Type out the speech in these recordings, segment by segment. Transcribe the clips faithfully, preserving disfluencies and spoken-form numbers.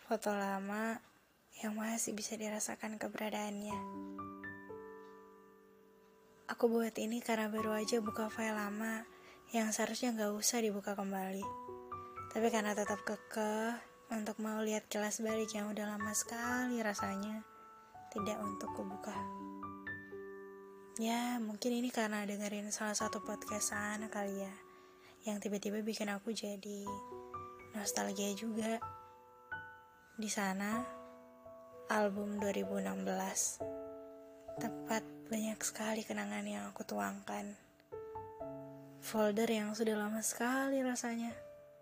Foto lama yang masih bisa dirasakan keberadaannya. Aku buat ini karena baru aja buka file lama yang seharusnya gak usah dibuka kembali. Tapi karena tetap kekeh untuk mau lihat kilas balik yang udah lama sekali rasanya tidak untuk kubuka. Ya, mungkin ini karena dengerin salah satu podcast sana kali ya, yang tiba-tiba bikin aku jadi nostalgia juga. Di sana, album dua ribu enam belas. Tepat banyak sekali kenangan yang aku tuangkan. Folder yang sudah lama sekali rasanya.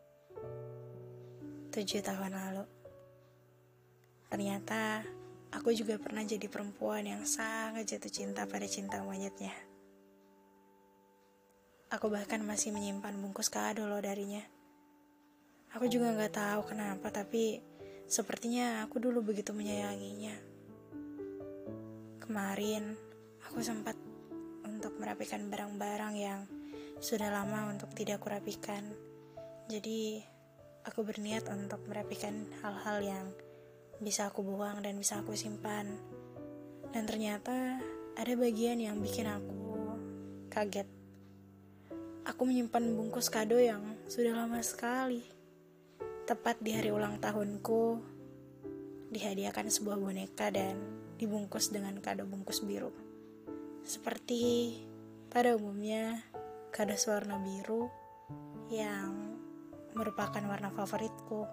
Tujuh tahun lalu. Ternyata, aku juga pernah jadi perempuan yang sangat jatuh cinta pada cinta monyetnya. Aku bahkan masih menyimpan bungkus kado loh darinya. Aku juga gak tahu kenapa, tapi sepertinya aku dulu begitu menyayanginya. Kemarin, aku sempat untuk merapikan barang-barang yang sudah lama untuk tidak kurapikan. Jadi, aku berniat untuk merapikan hal-hal yang bisa aku buang dan bisa aku simpan. Dan ternyata ada bagian yang bikin aku kaget. Aku menyimpan bungkus kado yang sudah lama sekali. Tepat di hari ulang tahunku, dihadiahkan sebuah boneka dan dibungkus dengan kado bungkus biru. Seperti pada umumnya, kado warna biru yang merupakan warna favoritku.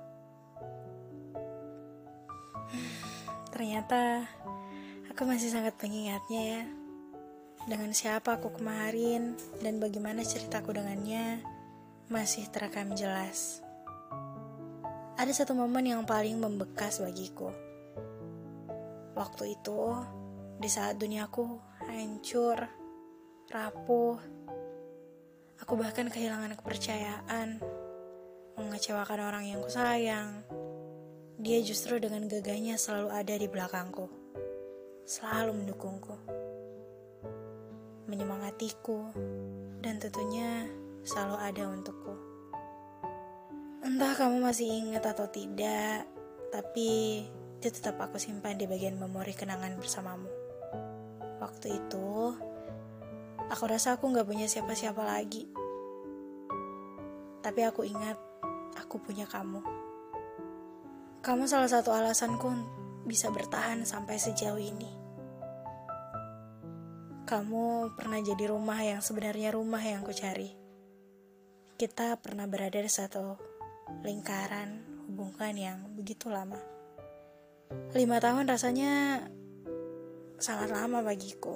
Ternyata aku masih sangat mengingatnya ya. Dengan siapa aku kemarin dan bagaimana ceritaku dengannya masih terekam jelas. Ada satu momen yang paling membekas bagiku. Waktu itu, di saat duniaku hancur, rapuh, aku bahkan kehilangan kepercayaan, mengecewakan orang yang kusayang. Dia justru dengan gagahnya selalu ada di belakangku, selalu mendukungku, menyemangatiku, dan tentunya selalu ada untukku. Entah kamu masih ingat atau tidak, tapi itu tetap aku simpan di bagian memori kenangan bersamamu. Waktu itu, aku rasa aku gak punya siapa-siapa lagi. Tapi aku ingat, aku punya kamu. Kamu salah satu alasanku bisa bertahan sampai sejauh ini. Kamu pernah jadi rumah yang sebenarnya rumah yang ku cari. Kita pernah berada di satu lingkaran hubungan yang begitu lama. Lima tahun rasanya sangat lama bagiku.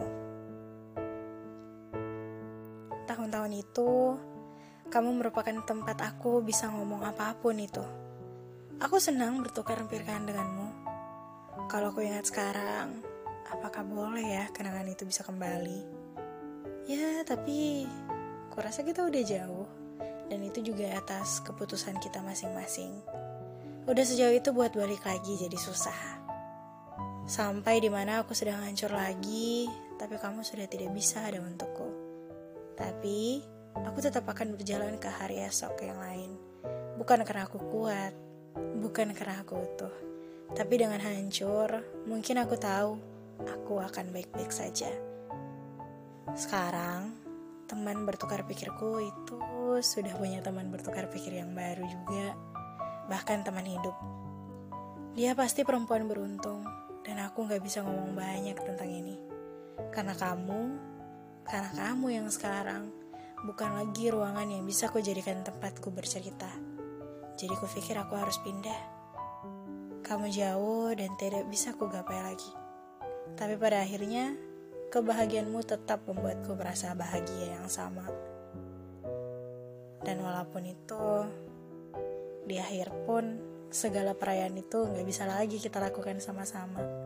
Tahun-tahun itu, kamu merupakan tempat aku bisa ngomong apapun itu. Aku senang bertukar pikiran denganmu. Kalau aku ingat sekarang, apakah boleh ya kenangan itu bisa kembali? Ya, tapi kurasa kita udah jauh. Dan itu juga atas keputusan kita masing-masing. Udah sejauh itu buat balik lagi jadi susah. Sampai dimana aku sedang hancur lagi, tapi kamu sudah tidak bisa ada untukku. Tapi, aku tetap akan berjalan ke hari esok yang lain. Bukan karena aku kuat, bukan karena aku utuh. Tapi dengan hancur, mungkin aku tahu, aku akan baik-baik saja. Sekarang, teman bertukar pikirku itu sudah punya teman bertukar pikir yang baru juga, bahkan teman hidup. Dia pasti perempuan beruntung, dan aku gak bisa ngomong banyak tentang ini. Karena kamu, karena kamu yang sekarang, bukan lagi ruangan yang bisa ku jadikan tempatku bercerita. Jadi ku pikir aku harus pindah. Kamu jauh dan tidak bisa ku gapai lagi. Tapi pada akhirnya, kebahagiaanmu tetap membuatku merasa bahagia yang sama. Dan walaupun itu, di akhir pun, segala perayaan itu gak bisa lagi kita lakukan sama-sama.